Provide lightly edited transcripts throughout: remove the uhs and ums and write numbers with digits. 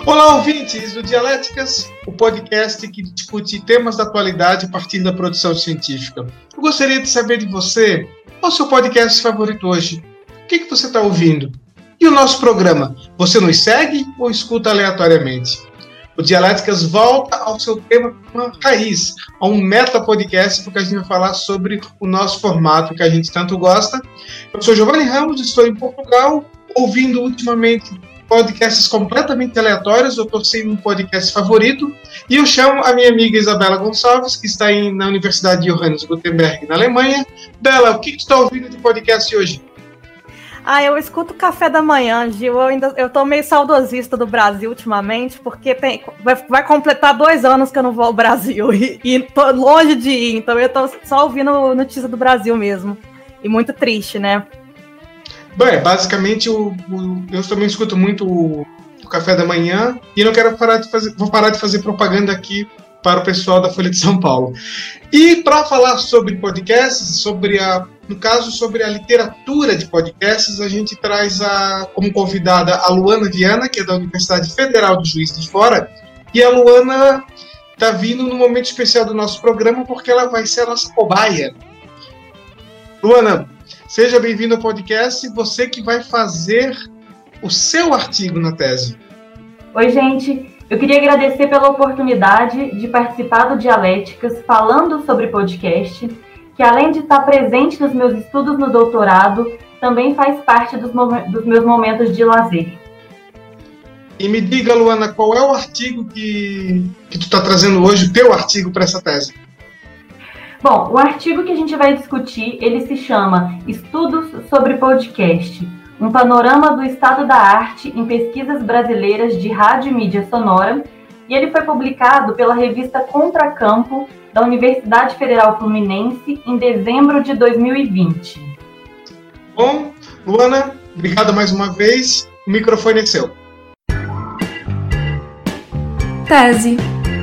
Olá, ouvintes do Dialéticas, o podcast que discute temas da atualidade a partir da produção científica. Eu gostaria de saber de você, qual é o seu podcast favorito hoje? O que você está ouvindo? E o nosso programa, você nos segue ou escuta aleatoriamente? O Dialéticas volta ao seu tema raiz, a um meta-podcast, porque a gente vai falar sobre o nosso formato que a gente tanto gosta. Eu sou Giovanni Ramos, estou em Portugal, ouvindo ultimamente podcasts completamente aleatórios. Eu estou sem um podcast favorito, e eu chamo a minha amiga Isabela Gonçalves, que está na Universidade de Johannes Gutenberg, na Alemanha. Bela, o que você está ouvindo de podcast hoje? Eu escuto Café da Manhã, Gil. Eu tô meio saudosista do Brasil ultimamente, porque vai completar 2 anos que eu não vou ao Brasil e tô longe de ir, então eu tô só ouvindo notícia do Brasil mesmo. E muito triste, né? Bem, basicamente eu também escuto muito o Café da Manhã e não quero vou parar de fazer propaganda aqui para o pessoal da Folha de São Paulo. E para falar sobre podcasts, sobre a literatura de podcasts, a gente traz como convidada a Luana Viana, que é da Universidade Federal do Juiz de Fora, e a Luana está vindo num momento especial do nosso programa porque ela vai ser a nossa cobaia. Luana, seja bem-vindo ao podcast, você que vai fazer o seu artigo na tese. Oi, gente. Eu queria agradecer pela oportunidade de participar do Dialéticas falando sobre podcast, que além de estar presente nos meus estudos no doutorado, também faz parte dos meus momentos de lazer. E me diga, Luana, qual é o artigo que tu está trazendo hoje, o teu artigo para essa tese? Bom, o artigo que a gente vai discutir, ele se chama Estudos sobre Podcast, um panorama do estado da arte em pesquisas brasileiras de rádio e mídia sonora, e ele foi publicado pela revista Contracampo, da Universidade Federal Fluminense, em dezembro de 2020. Bom, Luana, obrigado mais uma vez, o microfone é seu. Tese.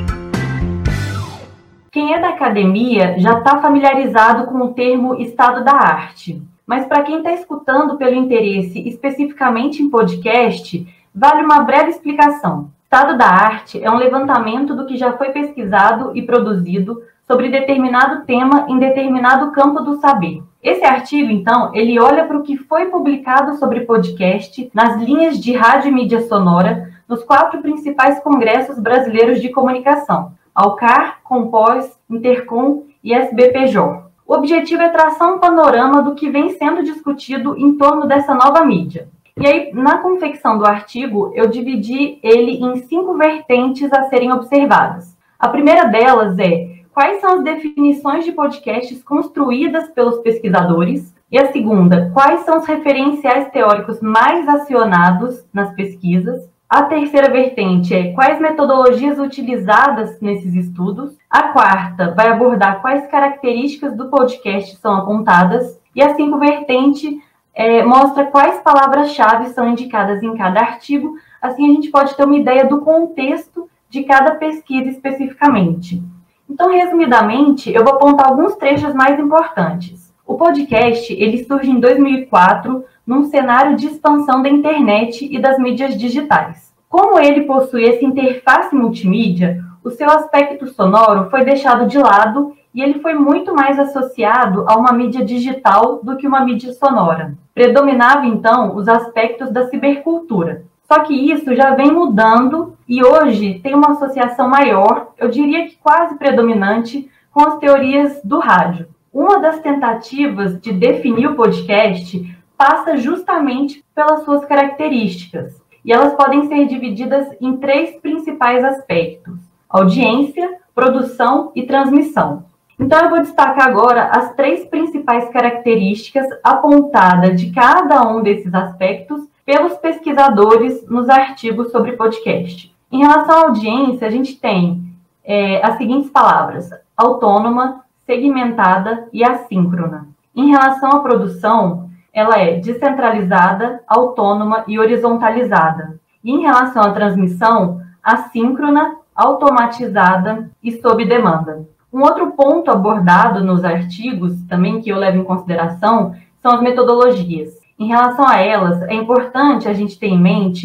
Quem é da academia já está familiarizado com o termo estado da arte. Mas para quem está escutando pelo interesse especificamente em podcast, vale uma breve explicação. Estado da arte é um levantamento do que já foi pesquisado e produzido sobre determinado tema em determinado campo do saber. Esse artigo, então, ele olha para o que foi publicado sobre podcast nas linhas de rádio e mídia sonora nos 4 principais congressos brasileiros de comunicação: Alcar, Compós, Intercom e SBPJ. O objetivo é traçar um panorama do que vem sendo discutido em torno dessa nova mídia. E aí, na confecção do artigo, eu dividi ele em 5 vertentes a serem observadas. A primeira delas é quais são as definições de podcasts construídas pelos pesquisadores. E a segunda, quais são os referenciais teóricos mais acionados nas pesquisas. A terceira vertente é quais metodologias utilizadas nesses estudos. A quarta vai abordar quais características do podcast são apontadas. E a 5ª vertente mostra quais palavras-chave são indicadas em cada artigo. Assim a gente pode ter uma ideia do contexto de cada pesquisa especificamente. Então, resumidamente, eu vou apontar alguns trechos mais importantes. O podcast ele surge em 2004, num cenário de expansão da internet e das mídias digitais. Como ele possui essa interface multimídia, o seu aspecto sonoro foi deixado de lado e ele foi muito mais associado a uma mídia digital do que uma mídia sonora. Predominava, então, os aspectos da cibercultura. Só que isso já vem mudando e hoje tem uma associação maior, eu diria que quase predominante, com as teorias do rádio. Uma das tentativas de definir o podcast passa justamente pelas suas características. E elas podem ser divididas em 3 principais aspectos: audiência, produção e transmissão. Então eu vou destacar agora as 3 principais características apontadas de cada um desses aspectos pelos pesquisadores nos artigos sobre podcast. Em relação à audiência, a gente tem as seguintes palavras: autônoma, segmentada e assíncrona. Em relação à produção, ela é descentralizada, autônoma e horizontalizada. E em relação à transmissão, assíncrona, automatizada e sob demanda. Um outro ponto abordado nos artigos, também que eu levo em consideração, são as metodologias. Em relação a elas, é importante a gente ter em mente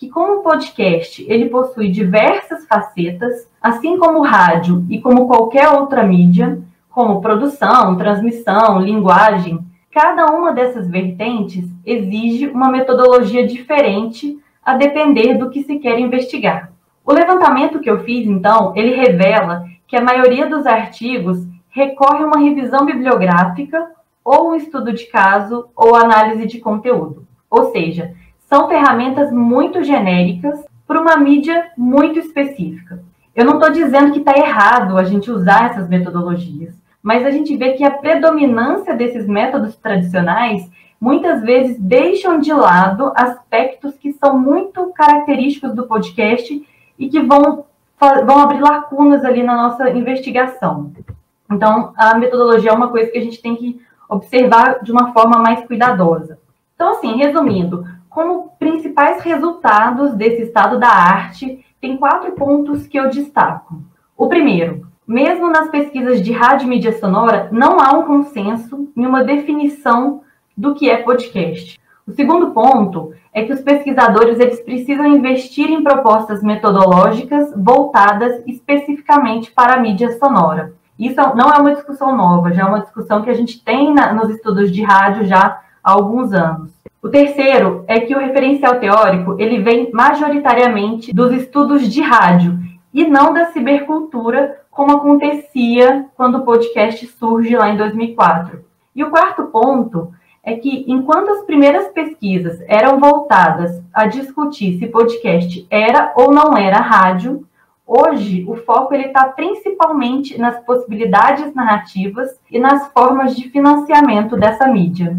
que como o podcast ele possui diversas facetas, assim como o rádio e como qualquer outra mídia, como produção, transmissão, linguagem, cada uma dessas vertentes exige uma metodologia diferente a depender do que se quer investigar. O levantamento que eu fiz, então, ele revela que a maioria dos artigos recorre a uma revisão bibliográfica ou um estudo de caso ou análise de conteúdo. Ou seja, são ferramentas muito genéricas para uma mídia muito específica. Eu não estou dizendo que está errado a gente usar essas metodologias, mas a gente vê que a predominância desses métodos tradicionais muitas vezes deixam de lado aspectos que são muito característicos do podcast e que vão abrir lacunas ali na nossa investigação. Então, a metodologia é uma coisa que a gente tem que observar de uma forma mais cuidadosa. Então, assim, resumindo, como principais resultados desse estado da arte, tem 4 pontos que eu destaco. O primeiro, mesmo nas pesquisas de rádio e mídia sonora, não há um consenso em uma definição do que é podcast. O segundo ponto é que os pesquisadores eles precisam investir em propostas metodológicas voltadas especificamente para a mídia sonora. Isso não é uma discussão nova, já é uma discussão que a gente tem nos estudos de rádio já há alguns anos. O terceiro é que o referencial teórico ele vem majoritariamente dos estudos de rádio e não da cibercultura, como acontecia quando o podcast surge lá em 2004. E o quarto ponto é que, enquanto as primeiras pesquisas eram voltadas a discutir se podcast era ou não era rádio, hoje o foco está principalmente nas possibilidades narrativas e nas formas de financiamento dessa mídia.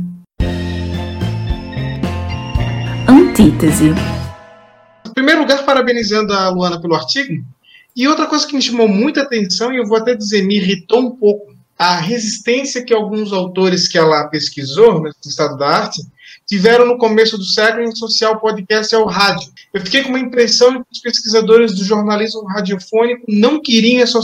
Antítese. Em primeiro lugar, parabenizando a Luana pelo artigo. E outra coisa que me chamou muita atenção, e eu vou até dizer, me irritou um pouco, a resistência que alguns autores que ela pesquisou no estado da arte tiveram no começo do século em associar o podcast ao rádio. Eu fiquei com uma impressão de que os pesquisadores do jornalismo radiofônico não queriam essa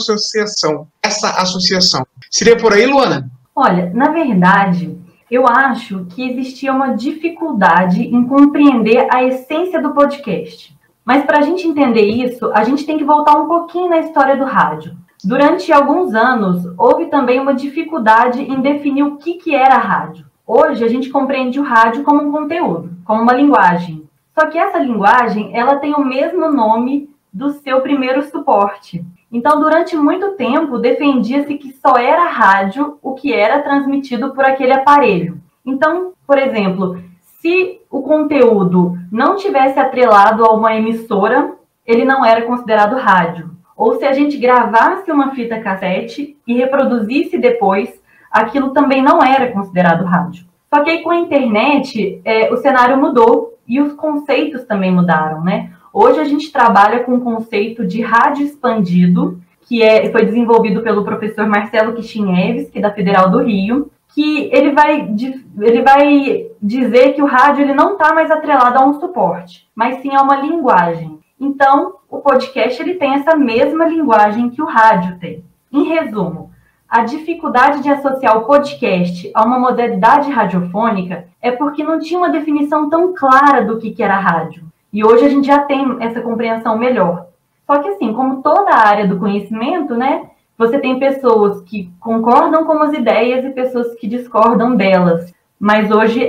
associação. Seria por aí, Luana? Olha, na verdade, eu acho que existia uma dificuldade em compreender a essência do podcast. Mas para a gente entender isso, a gente tem que voltar um pouquinho na história do rádio. Durante alguns anos, houve também uma dificuldade em definir o que era rádio. Hoje, a gente compreende o rádio como um conteúdo, como uma linguagem. Só que essa linguagem, ela tem o mesmo nome do seu primeiro suporte. Então, durante muito tempo, defendia-se que só era rádio o que era transmitido por aquele aparelho. Então, por exemplo, se o conteúdo não tivesse atrelado a uma emissora, ele não era considerado rádio. Ou se a gente gravasse uma fita cassete e reproduzisse depois, aquilo também não era considerado rádio. Só que aí com a internet, o cenário mudou e os conceitos também mudaram, né? Hoje a gente trabalha com o conceito de rádio expandido, que foi desenvolvido pelo professor Marcelo Kishinevski, da Federal do Rio, que ele vai dizer que o rádio ele não está mais atrelado a um suporte, mas sim a uma linguagem. Então, o podcast ele tem essa mesma linguagem que o rádio tem. Em resumo, a dificuldade de associar o podcast a uma modalidade radiofônica é porque não tinha uma definição tão clara do que era rádio. E hoje a gente já tem essa compreensão melhor. Só que assim, como toda a área do conhecimento, né, você tem pessoas que concordam com as ideias e pessoas que discordam delas. Mas hoje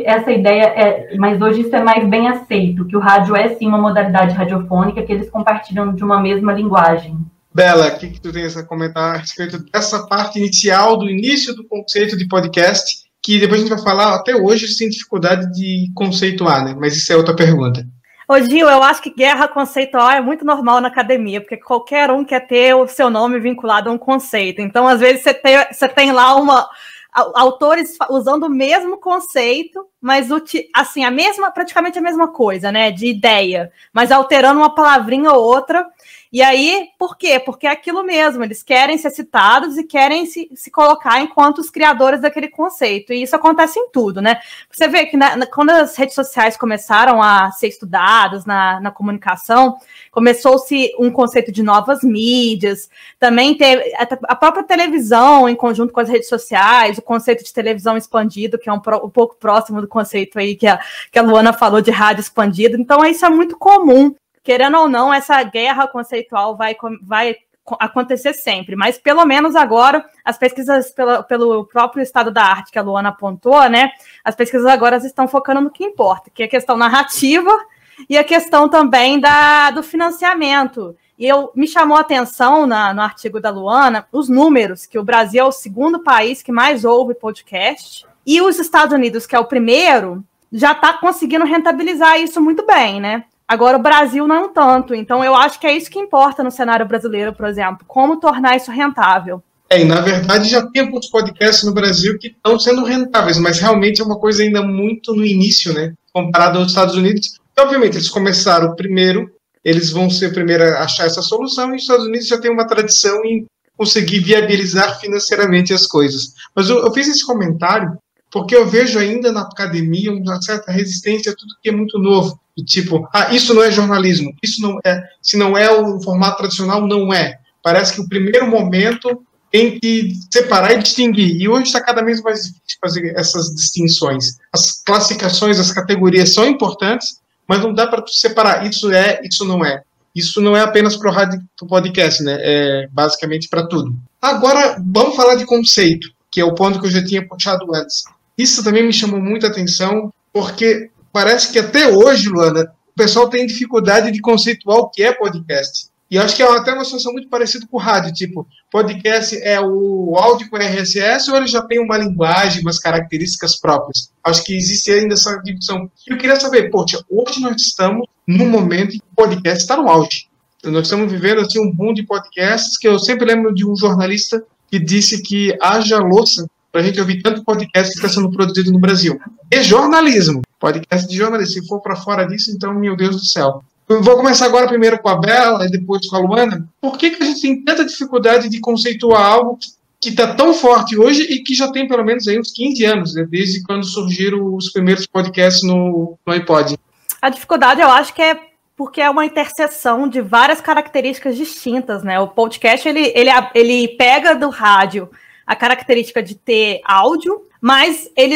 isso é mais bem aceito, que o rádio é sim uma modalidade radiofônica, que eles compartilham de uma mesma linguagem. Bela, o que tu tens a comentar a respeito dessa parte inicial, do início do conceito de podcast, que depois a gente vai falar, até hoje sem dificuldade de conceituar, né? Mas isso é outra pergunta. Ô Gil, eu acho que guerra conceitual é muito normal na academia, porque qualquer um quer ter o seu nome vinculado a um conceito. Então, às vezes, você tem lá autores usando o mesmo conceito, mas assim, praticamente a mesma coisa, né? De ideia, mas alterando uma palavrinha ou outra. E aí, por quê? Porque é aquilo mesmo, eles querem ser citados e querem se colocar enquanto os criadores daquele conceito. E isso acontece em tudo, né? Você vê que quando as redes sociais começaram a ser estudadas na comunicação, começou-se um conceito de novas mídias, também teve a própria televisão em conjunto com as redes sociais, o conceito de televisão expandido, que é um pouco próximo do conceito aí que a Luana falou de rádio expandido. Então, isso é muito comum. querendo ou não, essa guerra conceitual vai acontecer sempre, mas pelo menos agora as pesquisas pelo próprio estado da arte que a Luana apontou, né? As pesquisas agora estão focando no que importa, que é a questão narrativa e a questão também do financiamento. E me chamou a atenção no artigo da Luana os números, que o Brasil é o segundo país que mais ouve podcast, e os Estados Unidos, que é o primeiro, já está conseguindo rentabilizar isso muito bem, né? Agora o Brasil não tanto, então eu acho que é isso que importa no cenário brasileiro, por exemplo, como tornar isso rentável. E na verdade já tem alguns podcasts no Brasil que estão sendo rentáveis, mas realmente é uma coisa ainda muito no início, né? Comparado aos Estados Unidos. Obviamente, eles começaram primeiro, eles vão ser o primeiro a achar essa solução, e os Estados Unidos já tem uma tradição em conseguir viabilizar financeiramente as coisas. Mas eu fiz esse comentário porque eu vejo ainda na academia uma certa resistência a tudo que é muito novo. E tipo, isso não é jornalismo, isso não é, se não é o formato tradicional, não é. Parece que o primeiro momento tem que separar e distinguir. E hoje está cada vez mais difícil fazer essas distinções. As classificações, as categorias são importantes, mas não dá para separar, isso é, isso não é. Isso não é apenas para o rádio, pro podcast, né? É basicamente para tudo. Agora, vamos falar de conceito, que é o ponto que eu já tinha puxado antes. Isso também me chamou muita atenção, porque parece que até hoje, Luana, o pessoal tem dificuldade de conceituar o que é podcast. E eu acho que é até uma situação muito parecida com o rádio, tipo, podcast é o áudio com RSS ou ele já tem uma linguagem, umas características próprias? Acho que existe ainda essa divisão. Eu queria saber, poxa, hoje nós estamos num momento em que o podcast está no auge. Nós estamos vivendo assim, um boom de podcasts, que eu sempre lembro de um jornalista que disse que haja louça para a gente ouvir tanto podcast que está sendo produzido no Brasil. É jornalismo, podcast de jornalismo. Se for para fora disso, então, meu Deus do céu. Eu vou começar agora primeiro com a Bela e depois com a Luana. Por que a gente tem tanta dificuldade de conceituar algo que está tão forte hoje e que já tem pelo menos aí uns 15 anos, né, desde quando surgiram os primeiros podcasts no iPod? A dificuldade, eu acho que é porque é uma interseção de várias características distintas, né? O podcast, ele pega do rádio a característica de ter áudio, mas ele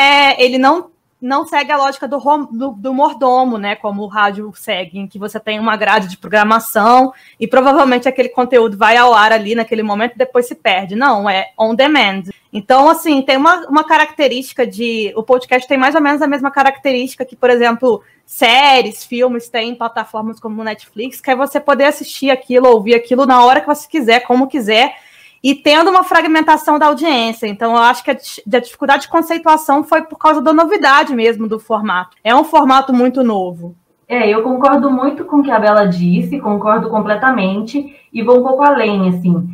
não segue a lógica do mordomo, né? Como o rádio segue, em que você tem uma grade de programação e provavelmente aquele conteúdo vai ao ar ali naquele momento e depois se perde. Não, é on demand. Então, assim, tem uma característica o podcast tem mais ou menos a mesma característica que, por exemplo, séries, filmes têm em plataformas como Netflix, que é você poder assistir aquilo, ouvir aquilo na hora que você quiser, como quiser, e tendo uma fragmentação da audiência. Então, eu acho que a dificuldade de conceituação foi por causa da novidade mesmo do formato. É um formato muito novo. Eu concordo muito com o que a Bela disse, concordo completamente, e vou um pouco além, assim.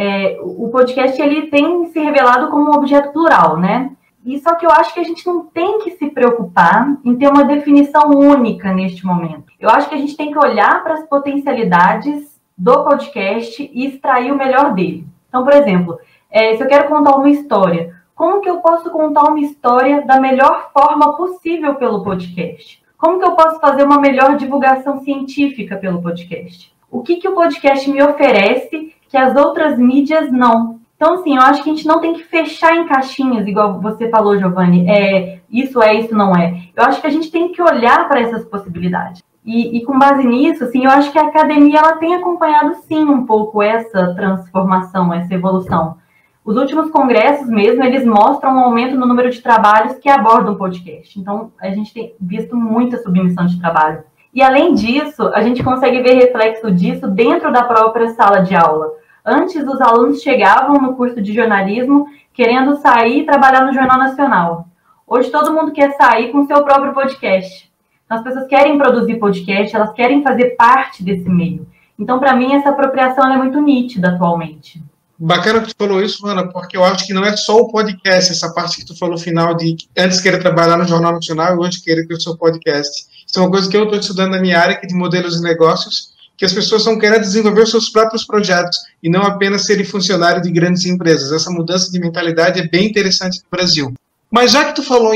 O podcast, ele tem se revelado como um objeto plural, né? E só que eu acho que a gente não tem que se preocupar em ter uma definição única neste momento. Eu acho que a gente tem que olhar para as potencialidades do podcast e extrair o melhor dele. Então, por exemplo, se eu quero contar uma história, como que eu posso contar uma história da melhor forma possível pelo podcast? Como que eu posso fazer uma melhor divulgação científica pelo podcast? O que o podcast me oferece que as outras mídias não? Então, assim, eu acho que a gente não tem que fechar em caixinhas, igual você falou, Giovanni, isso não é. Eu acho que a gente tem que olhar para essas possibilidades. E com base nisso, assim, eu acho que a academia ela tem acompanhado, sim, um pouco essa transformação, essa evolução. Os últimos congressos mesmo, eles mostram um aumento no número de trabalhos que abordam podcast. Então, a gente tem visto muita submissão de trabalho. E, além disso, a gente consegue ver reflexo disso dentro da própria sala de aula. Antes, os alunos chegavam no curso de jornalismo querendo sair e trabalhar no Jornal Nacional. Hoje, todo mundo quer sair com o seu próprio podcast. As pessoas querem produzir podcast, elas querem fazer parte desse meio. Então, para mim, essa apropriação é muito nítida atualmente. Bacana que tu falou isso, Ana, porque eu acho que não é só o podcast, essa parte que tu falou no final de antes querer trabalhar no Jornal Nacional e hoje querer ter o seu podcast. Isso é uma coisa que eu estou estudando na minha área, que é de modelos de negócios, que as pessoas estão querendo desenvolver os seus próprios projetos e não apenas serem funcionários de grandes empresas. Essa mudança de mentalidade é bem interessante no Brasil. Mas já que tu falou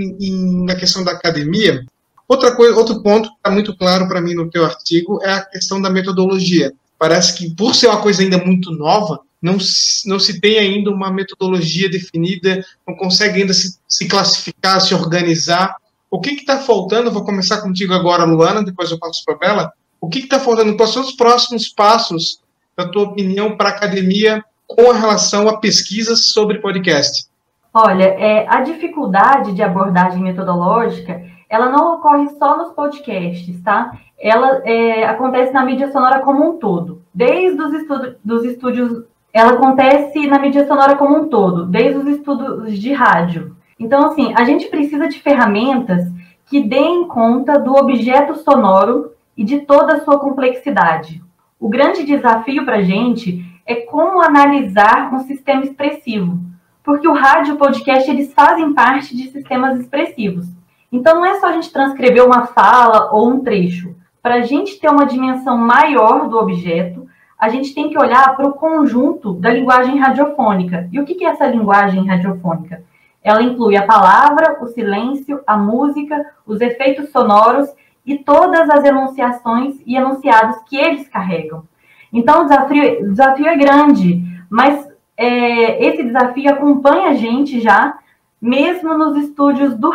na questão da academia, outro ponto que está muito claro para mim no teu artigo é a questão da metodologia. Parece que, por ser uma coisa ainda muito nova, não se tem ainda uma metodologia definida, não consegue ainda se classificar, se organizar. O que está faltando? Eu vou começar contigo agora, Luana, depois eu passo para a Bela. O que está faltando? Quais são os próximos passos, na tua opinião, para a academia com relação a pesquisas sobre podcast? Olha, a dificuldade de abordagem metodológica, ela não ocorre só nos podcasts, tá? Ela acontece na mídia sonora como um todo. Desde os estúdios, ela acontece na mídia sonora como um todo, desde os estudos de rádio. Então, assim, a gente precisa de ferramentas que deem conta do objeto sonoro e de toda a sua complexidade. O grande desafio para a gente é como analisar um sistema expressivo, porque o rádio e o podcast, eles fazem parte de sistemas expressivos. Então, não é só a gente transcrever uma fala ou um trecho. Para a gente ter uma dimensão maior do objeto, a gente tem que olhar para o conjunto da linguagem radiofônica. E o que é essa linguagem radiofônica? Ela inclui a palavra, o silêncio, a música, os efeitos sonoros e todas as enunciações e enunciados que eles carregam. Então, o desafio é grande, mas esse desafio acompanha a gente já, mesmo nos estudos do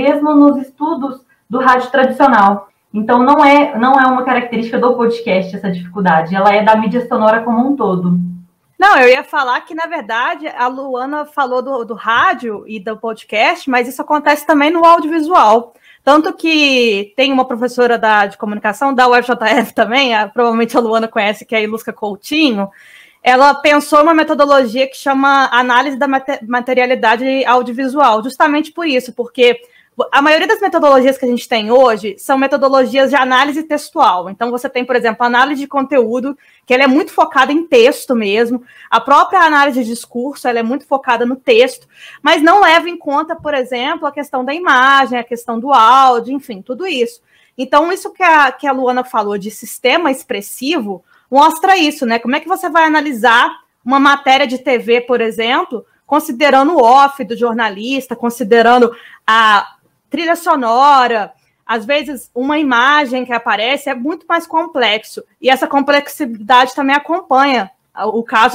rádio tradicional. Então, não é uma característica do podcast essa dificuldade, ela é da mídia sonora como um todo. Não, eu ia falar que, na verdade, a Luana falou do rádio e do podcast, mas isso acontece também no audiovisual. Tanto que tem uma professora de comunicação da UFJF também, provavelmente a Luana conhece, que é a Ilusca Coutinho. Ela pensou uma metodologia que chama análise da materialidade audiovisual, justamente por isso, porque a maioria das metodologias que a gente tem hoje são metodologias de análise textual. Então, você tem, por exemplo, a análise de conteúdo, que ela é muito focada em texto mesmo. A própria análise de discurso, ela é muito focada no texto, mas não leva em conta, por exemplo, a questão da imagem, a questão do áudio, enfim, tudo isso. Então, isso que a Luana falou de sistema expressivo, mostra isso, né? Como é que você vai analisar uma matéria de TV, por exemplo, considerando o off do jornalista, considerando a trilha sonora, às vezes uma imagem que aparece é muito mais complexo, e essa complexidade também acompanha o caso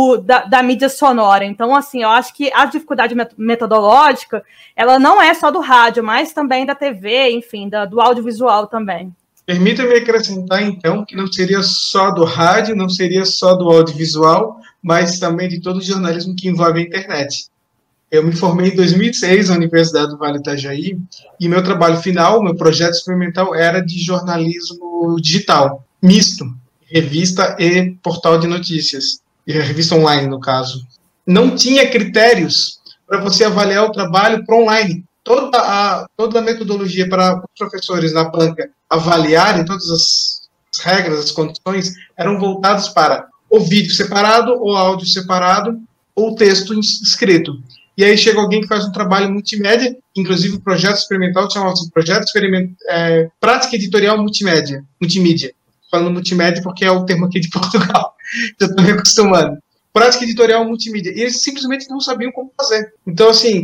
da mídia sonora. Então, assim, eu acho que a dificuldade metodológica, ela não é só do rádio, mas também da TV, enfim, do audiovisual também. Permita-me acrescentar, então, que não seria só do rádio, não seria só do audiovisual, mas também de todo o jornalismo que envolve a internet. Eu me formei em 2006 na Universidade do Vale do Itajaí, e meu trabalho final, meu projeto experimental, era de jornalismo digital, misto, revista e portal de notícias, e revista online, no caso. Não tinha critérios para você avaliar o trabalho para online. Toda a metodologia para os professores na banca avaliarem todas as regras, as condições, eram voltadas para o vídeo separado, o áudio separado, ou o texto escrito. E aí chega alguém que faz um trabalho multimédia, inclusive o projeto experimental chamava-se Projeto Experimental, Prática Editorial Multimídia. Falando multimédia porque é o termo aqui de Portugal, já estou me acostumando. Prática editorial multimídia. E eles simplesmente não sabiam como fazer. Então, assim,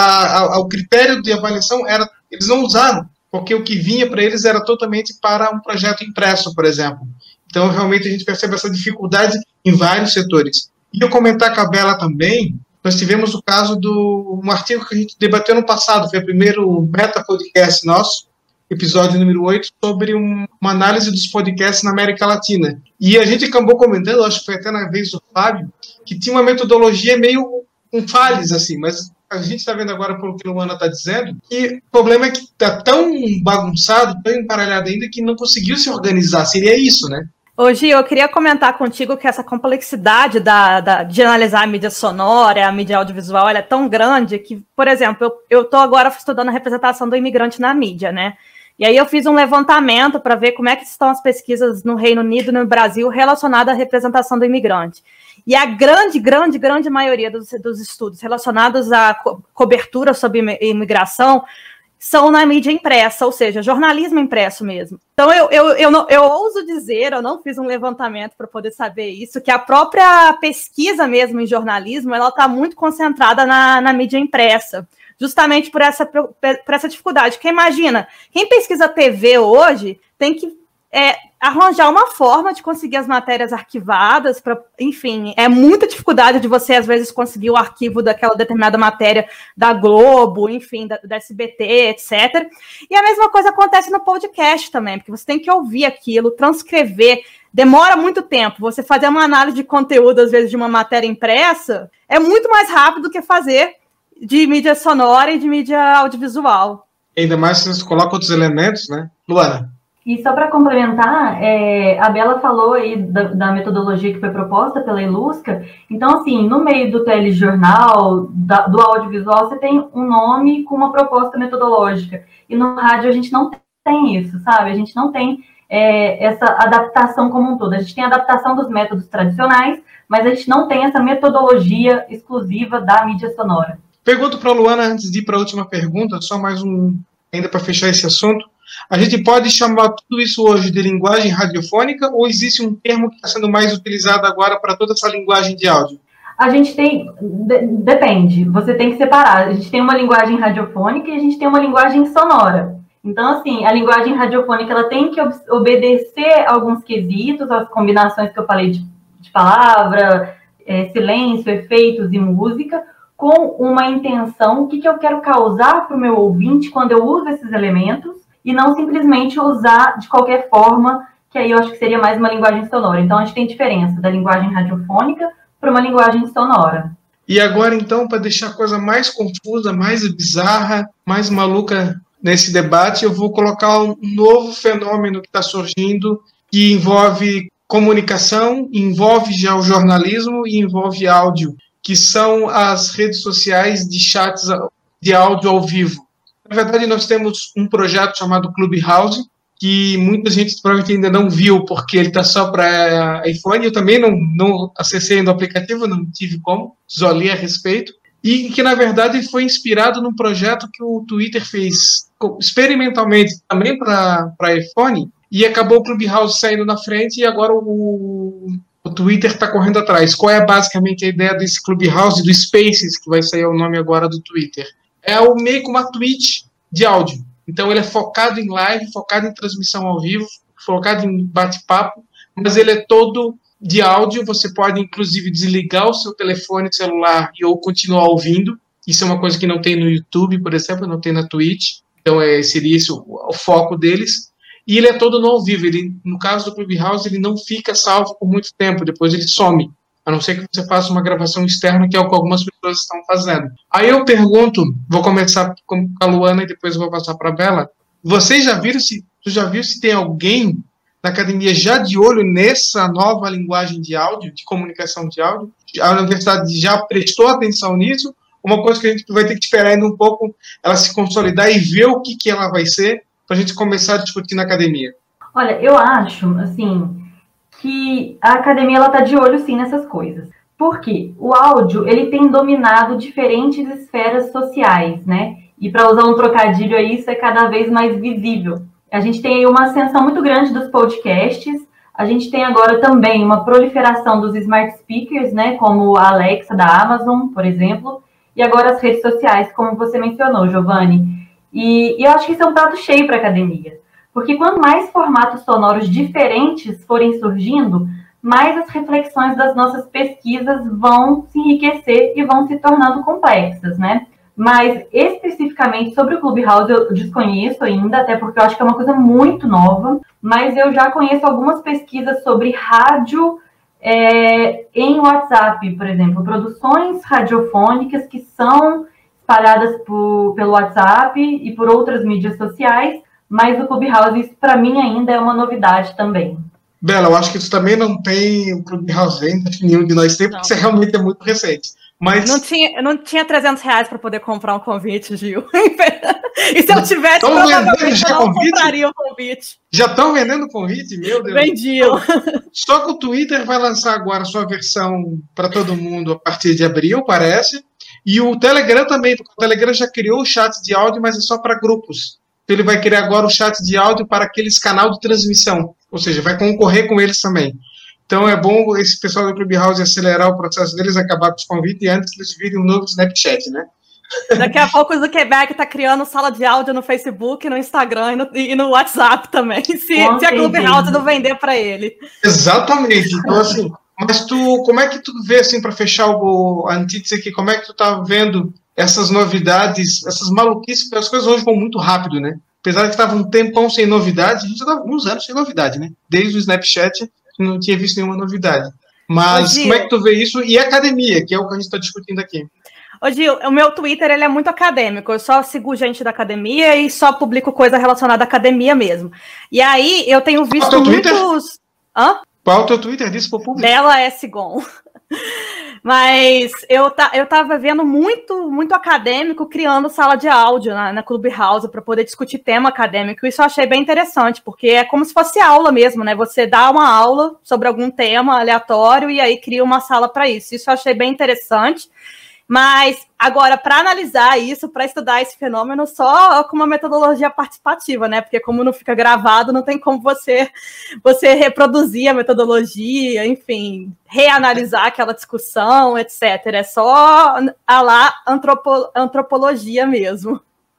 o critério de avaliação eles não usaram, porque o que vinha para eles era totalmente para um projeto impresso, por exemplo. Então, realmente, a gente percebe essa dificuldade em vários setores. E eu comentar com a Bela também, nós tivemos o caso um artigo que a gente debateu no passado, foi o primeiro meta-podcast nosso, episódio número 8, sobre uma análise dos podcasts na América Latina. E a gente acabou comentando, acho que foi até na vez do Fábio, que tinha uma metodologia meio com falhas, assim, mas a gente está vendo agora pelo que a Luana está dizendo, que o problema é que está tão bagunçado, tão embaralhado ainda, que não conseguiu se organizar. Seria isso, né? Ô, Gil, eu queria comentar contigo que essa complexidade de analisar a mídia sonora, a mídia audiovisual, ela é tão grande que, por exemplo, eu estou agora estudando a representação do imigrante na mídia, né? E aí eu fiz um levantamento para ver como é que estão as pesquisas no Reino Unido e no Brasil relacionadas à representação do imigrante. E a grande maioria dos estudos relacionados à cobertura sobre imigração são na mídia impressa, ou seja, jornalismo impresso mesmo. Então, eu ouso dizer, eu não fiz um levantamento para poder saber isso, que a própria pesquisa mesmo em jornalismo, ela está muito concentrada na mídia impressa, justamente por essa dificuldade. Porque imagina, quem pesquisa TV hoje tem que arranjar uma forma de conseguir as matérias arquivadas, enfim, é muita dificuldade de você, às vezes, conseguir o arquivo daquela determinada matéria da Globo, enfim, da SBT, etc. E a mesma coisa acontece no podcast também, porque você tem que ouvir aquilo, transcrever, demora muito tempo. Você fazer uma análise de conteúdo, às vezes, de uma matéria impressa, é muito mais rápido do que fazer de mídia sonora e de mídia audiovisual. Ainda mais se você coloca outros elementos, né? Luana? E só para complementar, a Bela falou aí da metodologia que foi proposta pela Ilusca. Então, assim, no meio do telejornal, do audiovisual, você tem um nome com uma proposta metodológica. E no rádio a gente não tem isso, sabe? A gente não tem essa adaptação como um todo. A gente tem a adaptação dos métodos tradicionais, mas a gente não tem essa metodologia exclusiva da mídia sonora. Pergunto para a Luana, antes de ir para a última pergunta, só mais ainda para fechar esse assunto. A gente pode chamar tudo isso hoje de linguagem radiofônica ou existe um termo que está sendo mais utilizado agora para toda essa linguagem de áudio? A gente tem... Depende, você tem que separar. A gente tem uma linguagem radiofônica e a gente tem uma linguagem sonora. Então, assim, a linguagem radiofônica ela tem que obedecer alguns quesitos, as combinações que eu falei de palavra, silêncio, efeitos e música, com uma intenção, o que eu quero causar para o meu ouvinte quando eu uso esses elementos, e não simplesmente usar de qualquer forma, que aí eu acho que seria mais uma linguagem sonora. Então, a gente tem diferença da linguagem radiofônica para uma linguagem sonora. E agora, então, para deixar a coisa mais confusa, mais bizarra, mais maluca nesse debate, eu vou colocar um novo fenômeno que está surgindo, que envolve comunicação, envolve já o jornalismo e envolve áudio, que são as redes sociais de chats de áudio ao vivo. Na verdade, nós temos um projeto chamado Clubhouse, que muita gente provavelmente ainda não viu, porque ele está só para iPhone. Eu também não acessei ainda o aplicativo, não tive como, só li a respeito. E que, na verdade, foi inspirado num projeto que o Twitter fez experimentalmente também para iPhone, e acabou o Clubhouse saindo na frente, e agora o Twitter está correndo atrás. Qual é basicamente a ideia desse Clubhouse, do Spaces, que vai sair o nome agora do Twitter? É meio que uma Twitch de áudio. Então ele é focado em live, focado em transmissão ao vivo, focado em bate-papo, mas ele é todo de áudio. Você pode, inclusive, desligar o seu telefone celular ou continuar ouvindo. Isso é uma coisa que não tem no YouTube, por exemplo, não tem na Twitch. Então seria isso o foco deles. E ele é todo no ao vivo. Ele, no caso do Clubhouse, ele não fica salvo por muito tempo, depois ele some. A não ser que você faça uma gravação externa, que é o que algumas pessoas estão fazendo. Aí eu pergunto, vou começar com a Luana e depois vou passar para a Bela. Vocês já viram tu já viu se tem alguém na academia já de olho nessa nova linguagem de áudio, de comunicação de áudio? A universidade já prestou atenção nisso? Uma coisa que a gente vai ter que esperar ainda um pouco ela se consolidar e ver o que ela vai ser para a gente começar a discutir na academia. Olha, eu acho, assim, que a academia ela está de olho, sim, nessas coisas. Por quê? O áudio, ele tem dominado diferentes esferas sociais, né? E para usar um trocadilho aí, isso é cada vez mais visível. A gente tem aí uma ascensão muito grande dos podcasts, a gente tem agora também uma proliferação dos smart speakers, né? Como a Alexa da Amazon, por exemplo, e agora as redes sociais, como você mencionou, Giovanni. E eu acho que isso é um prato cheio para a academia. Porque quanto mais formatos sonoros diferentes forem surgindo, mais as reflexões das nossas pesquisas vão se enriquecer e vão se tornando complexas, né? Mas, especificamente sobre o Clubhouse, eu desconheço ainda, até porque eu acho que é uma coisa muito nova, mas eu já conheço algumas pesquisas sobre rádio em WhatsApp, por exemplo, produções radiofônicas que são espalhadas pelo WhatsApp e por outras mídias sociais, mas o Clubhouse, isso para mim ainda é uma novidade também. Bela, eu acho que isso também não tem o Clubhouse ainda, que nenhum de nós tem, porque isso realmente é muito recente. Mas... Não tinha R$300 para poder comprar um convite, Gil. E se eu tivesse, provavelmente eu não compraria o convite. Já estão vendendo o convite? Meu Deus. Vendiam. Só que o Twitter vai lançar agora a sua versão para todo mundo a partir de abril, parece. E o Telegram também, porque o Telegram já criou o chat de áudio, mas é só para grupos. Então ele vai criar agora o chat de áudio para aqueles canal de transmissão. Ou seja, vai concorrer com eles também. Então é bom esse pessoal do Clubhouse acelerar o processo deles, acabar com os convites, e antes eles virem um novo Snapchat, né? Daqui a pouco o Zuckerberg está criando sala de áudio no Facebook, no Instagram e no WhatsApp também, se a Clubhouse não vender para ele. Exatamente. Então, assim, mas como é que tu vê, assim, para fechar a notícia aqui, como é que tu tá vendo essas novidades, essas maluquices, porque as coisas hoje vão muito rápido, né? Apesar de que estava um tempão sem novidade, a gente estava uns anos sem novidade, né? Desde o Snapchat, não tinha visto nenhuma novidade. Mas como é que tu vê isso? E a academia, que é o que a gente está discutindo aqui. Ô Gil, o meu Twitter ele é muito acadêmico, eu só sigo gente da academia e só publico coisa relacionada à academia mesmo. E aí eu tenho visto muitos... Hã? Qual é o teu Twitter disso pro público? Bela S. Gon. Mas eu tava vendo muito acadêmico criando sala de áudio na Clubhouse para poder discutir tema acadêmico. Isso eu achei bem interessante, porque é como se fosse aula mesmo, né? Você dá uma aula sobre algum tema aleatório e aí cria uma sala para isso. Isso eu achei bem interessante. Mas, agora, para analisar isso, para estudar esse fenômeno, só com uma metodologia participativa, né? Porque como não fica gravado, não tem como você reproduzir a metodologia, enfim, reanalisar aquela discussão, etc. É só a lá antropologia mesmo.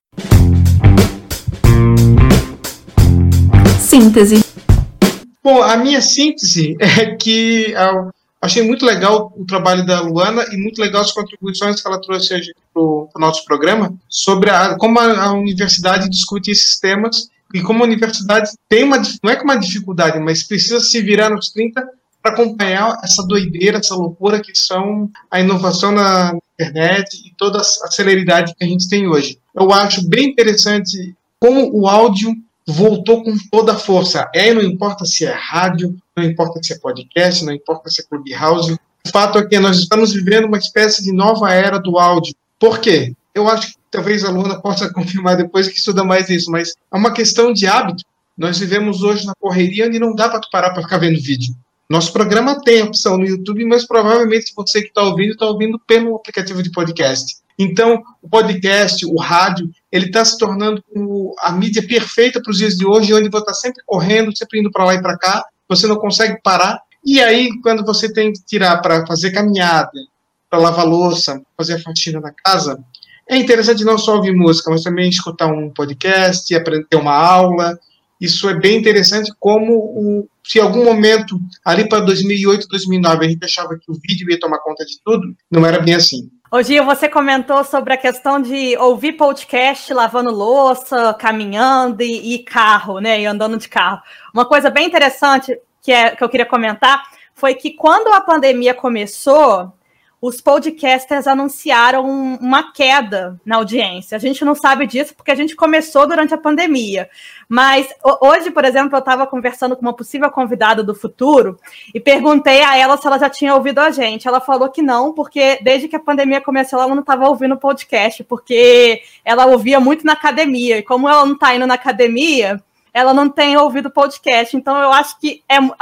Síntese. Bom, a minha síntese é que... Achei muito legal o trabalho da Luana e muito legal as contribuições que ela trouxe para o nosso programa sobre como a universidade discute esses temas e como a universidade tem não é que uma dificuldade, mas precisa se virar nos 30 para acompanhar essa doideira, essa loucura que são a inovação na internet e toda a celeridade que a gente tem hoje. Eu acho bem interessante como o áudio voltou com toda a força. Não importa se é rádio, não importa se é podcast, não importa se é Clubhouse. O fato é que nós estamos vivendo uma espécie de nova era do áudio. Por quê? Eu acho que talvez a Luana possa confirmar depois que estuda mais isso, mas é uma questão de hábito. Nós vivemos hoje na correria onde não dá para tu parar para ficar vendo vídeo. Nosso programa tem a opção no YouTube, mas provavelmente você que está ouvindo pelo aplicativo de podcast. Então, o podcast, o rádio, ele está se tornando a mídia perfeita para os dias de hoje, onde você está sempre correndo, sempre indo para lá e para cá, você não consegue parar. E aí, quando você tem que tirar para fazer caminhada, para lavar louça, fazer a faxina na casa, é interessante não só ouvir música, mas também escutar um podcast, aprender uma aula. Isso é bem interessante, se em algum momento, ali para 2008, 2009, a gente achava que o vídeo ia tomar conta de tudo, não era bem assim. Ô Gil, você comentou sobre a questão de ouvir podcast lavando louça, caminhando e carro, né, e andando de carro. Uma coisa bem interessante que eu queria comentar foi que quando a pandemia começou, os podcasters anunciaram uma queda na audiência. A gente não sabe disso porque a gente começou durante a pandemia. Mas hoje, por exemplo, eu estava conversando com uma possível convidada do futuro e perguntei a ela se ela já tinha ouvido a gente. Ela falou que não, porque desde que a pandemia começou, ela não estava ouvindo podcast, porque ela ouvia muito na academia. E como ela não está indo na academia, ela não tem ouvido podcast. Então, eu acho que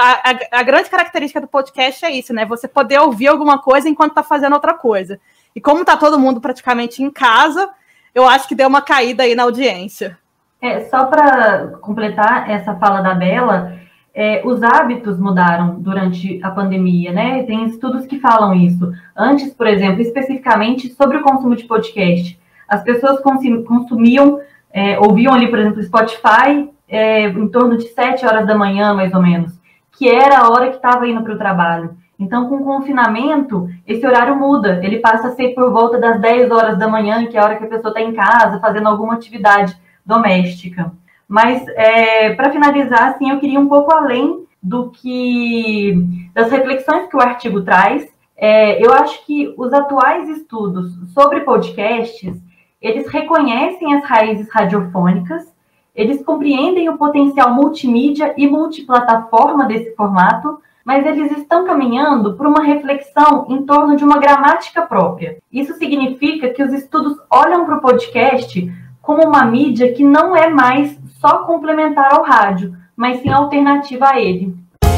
a grande característica do podcast é isso, né? Você poder ouvir alguma coisa enquanto está fazendo outra coisa. E como está todo mundo praticamente em casa, eu acho que deu uma caída aí na audiência. Só para completar essa fala da Bela, os hábitos mudaram durante a pandemia, né? Tem estudos que falam isso. Antes, por exemplo, especificamente sobre o consumo de podcast. As pessoas consumiam, ouviam ali, por exemplo, Spotify, em torno de 7 horas da manhã, mais ou menos, que era a hora que estava indo para o trabalho. Então, com o confinamento, esse horário muda. Ele passa a ser por volta das 10 horas da manhã, que é a hora que a pessoa está em casa, fazendo alguma atividade doméstica. Mas, para finalizar, assim, eu queria um pouco além das reflexões que o artigo traz. Eu acho que os atuais estudos sobre podcasts, eles reconhecem as raízes radiofônicas, eles compreendem o potencial multimídia e multiplataforma desse formato, mas eles estão caminhando por uma reflexão em torno de uma gramática própria. Isso significa que os estudos olham para o podcast como uma mídia que não é mais só complementar ao rádio, mas sim alternativa a ele.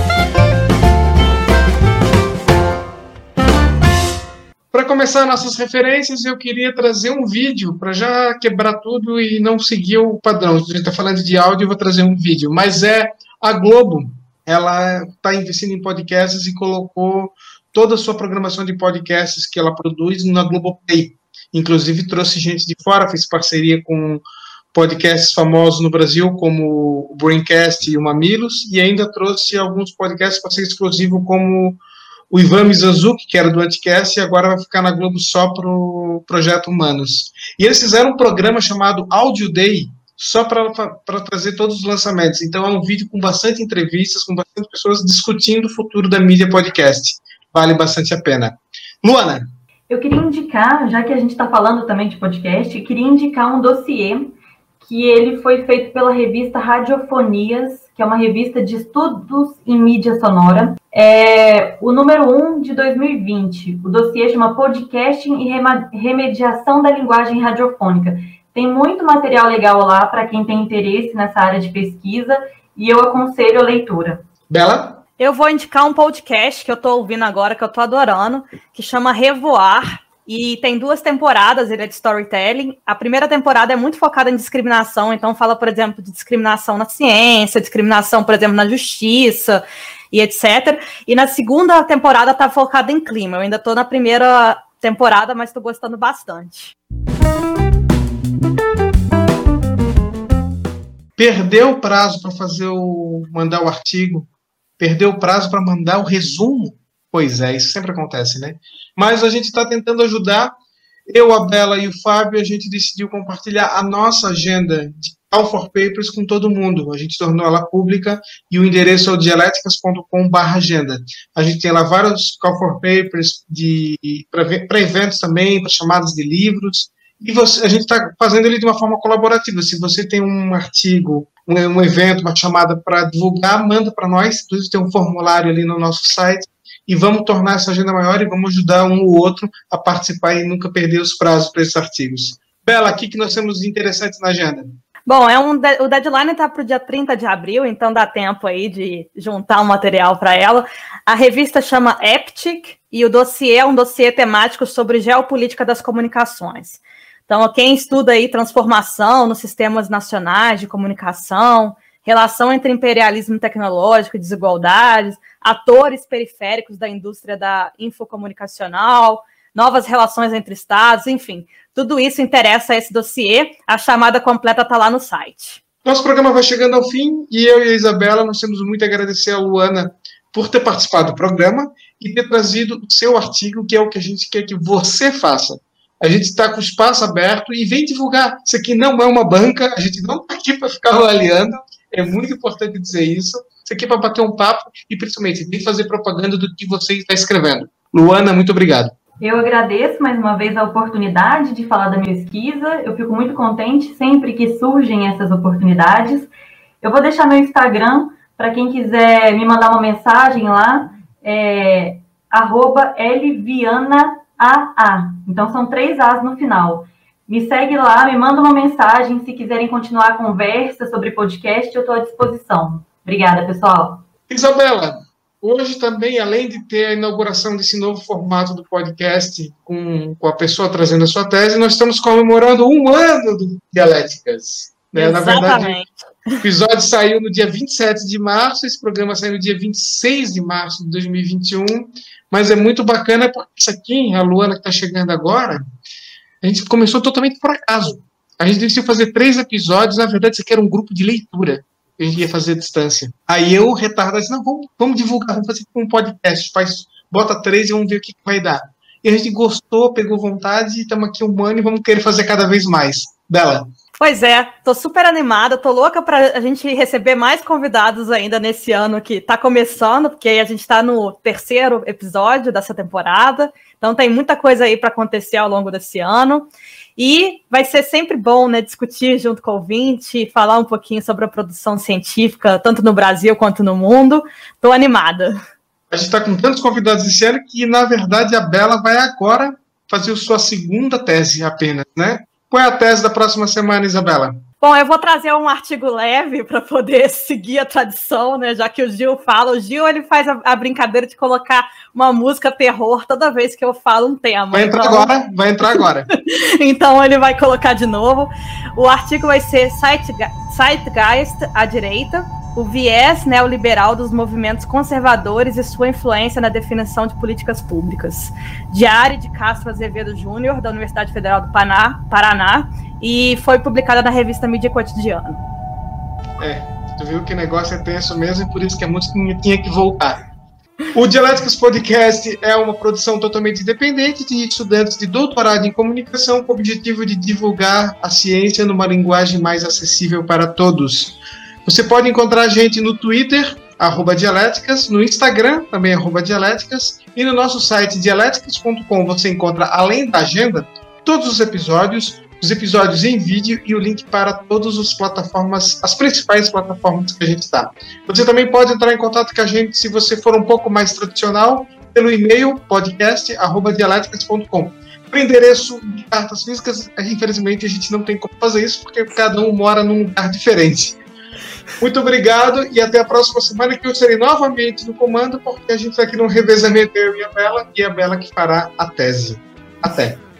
Para começar nossas referências, eu queria trazer um vídeo para já quebrar tudo e não seguir o padrão. A gente está falando de áudio, eu vou trazer um vídeo. Mas a Globo, ela está investindo em podcasts e colocou toda a sua programação de podcasts que ela produz na Globoplay. Inclusive trouxe gente de fora, fez parceria com podcasts famosos no Brasil, como o Braincast e o Mamilos, e ainda trouxe alguns podcasts para ser exclusivo, como o Ivan Mizanzuki, que era do Anticast, e agora vai ficar na Globo só para o Projeto Humanos. E eles fizeram um programa chamado Audio Day, só para trazer todos os lançamentos. Então é um vídeo com bastante entrevistas, com bastante pessoas discutindo o futuro da mídia podcast. Vale bastante a pena. Luana. Eu queria indicar, já que a gente está falando também de podcast, eu queria indicar um dossiê que ele foi feito pela revista Radiofonias, que é uma revista de estudos em mídia sonora. É o número 1 de 2020. O dossiê chama Podcasting e Remediação da Linguagem Radiofônica. Tem muito material legal lá para quem tem interesse nessa área de pesquisa e eu aconselho a leitura. Bela? Eu vou indicar um podcast que eu estou ouvindo agora, que eu estou adorando, que chama Revoar, e tem 2 temporadas, ele é de storytelling. A primeira temporada é muito focada em discriminação, então fala, por exemplo, de discriminação na ciência, discriminação, por exemplo, na justiça e etc. E na segunda temporada está focada em clima. Eu ainda estou na primeira temporada, mas estou gostando bastante. Perdeu o prazo para mandar o artigo? Perdeu o prazo para mandar o resumo? Pois é, isso sempre acontece, né? Mas a gente está tentando ajudar. Eu, a Bela e o Fábio, a gente decidiu compartilhar a nossa agenda de Call for Papers com todo mundo. A gente tornou ela pública e o endereço é o dialéticas.com/agenda. A gente tem lá vários Call for Papers para eventos também, para chamadas de livros. E a gente está fazendo ele de uma forma colaborativa. Se você tem um artigo, um evento, uma chamada para divulgar, manda para nós. Inclusive tem um formulário ali no nosso site. E vamos tornar essa agenda maior e vamos ajudar um ou outro a participar e nunca perder os prazos para esses artigos. Bela, o que nós temos de interessante na agenda? Bom, o deadline está para o dia 30 de abril, então dá tempo aí de juntar um material para ela. A revista chama Eptic e o dossiê é um dossiê temático sobre geopolítica das comunicações. Então, quem estuda aí transformação nos sistemas nacionais de comunicação, relação entre imperialismo tecnológico e desigualdades, atores periféricos da indústria da infocomunicacional, novas relações entre estados, enfim, tudo isso interessa a esse dossiê. A chamada completa está lá no site. Nosso programa vai chegando ao fim e eu e a Isabela, nós temos muito a agradecer a Luana por ter participado do programa e ter trazido o seu artigo, que é o que a gente quer que você faça. A gente está com o espaço aberto e vem divulgar. Isso aqui não é uma banca, a gente não está aqui para ficar avaliando. É muito importante dizer isso. Isso aqui é para bater um papo e, principalmente, tem que fazer propaganda do que você está escrevendo. Luana, muito obrigado. Eu agradeço mais uma vez a oportunidade de falar da minha pesquisa. Eu fico muito contente sempre que surgem essas oportunidades. Eu vou deixar meu Instagram para quem quiser me mandar uma mensagem lá. É @lvianaa. Então, são 3 As no final. Me segue lá, me manda uma mensagem. Se quiserem continuar a conversa sobre podcast, eu estou à disposição. Obrigada, pessoal. Isabela, hoje também, além de ter a inauguração desse novo formato do podcast, com a pessoa trazendo a sua tese, nós estamos comemorando 1 ano do Dialéticas. Né? Na verdade, o episódio saiu no dia 27 de março, esse programa saiu no dia 26 de março de 2021, mas é muito bacana porque isso aqui, a Luana que está chegando agora, a gente começou totalmente por acaso. A gente decidiu fazer 3 episódios, na verdade isso aqui era um grupo de leitura que a gente ia fazer à distância. Aí eu, retardado, disse, não, vamos divulgar, vamos fazer um podcast, bota 3 e vamos ver o que vai dar. E a gente gostou, pegou vontade, estamos aqui 1 ano e vamos querer fazer cada vez mais. Bela. Pois é, tô super animada, tô louca para a gente receber mais convidados ainda nesse ano que tá começando, porque a gente tá no 3º episódio dessa temporada, então tem muita coisa aí para acontecer ao longo desse ano, e vai ser sempre bom, né, discutir junto com o ouvinte, falar um pouquinho sobre a produção científica, tanto no Brasil quanto no mundo. Tô animada. A gente está com tantos convidados esse ano que, na verdade, a Bela vai agora fazer a sua 2ª tese apenas, né? Qual é a tese da próxima semana, Isabela? Bom, eu vou trazer um artigo leve para poder seguir a tradição, né? Já que o Gil fala. O Gil, ele faz a brincadeira de colocar uma música terror toda vez que eu falo um tema. Vai entrar agora. Então, ele vai colocar de novo. O artigo vai ser Zeitgeist à direita, o viés neoliberal dos movimentos conservadores e sua influência na definição de políticas públicas, de Ari de Castro Azevedo Júnior, da Universidade Federal do Paraná, e foi publicada na revista Mídia Cotidiano. Tu viu que o negócio é tenso mesmo, e por isso que a música tinha que voltar. O Dialéticas Podcast é uma produção totalmente independente de estudantes de doutorado em comunicação com o objetivo de divulgar a ciência numa linguagem mais acessível para todos. Você pode encontrar a gente no Twitter, @dialéticas, no Instagram, também @dialéticas, e no nosso site dialéticas.com você encontra, além da agenda, todos os episódios em vídeo e o link para todas as plataformas, as principais plataformas que a gente está. Você também pode entrar em contato com a gente, se você for um pouco mais tradicional, pelo e-mail podcast@dialéticas.com. Para o endereço de cartas físicas, infelizmente a gente não tem como fazer isso, porque cada um mora num lugar diferente. Muito obrigado e até a próxima semana, que eu serei novamente no comando, porque a gente está aqui num revezamento, eu e a Bela que fará a tese. Até!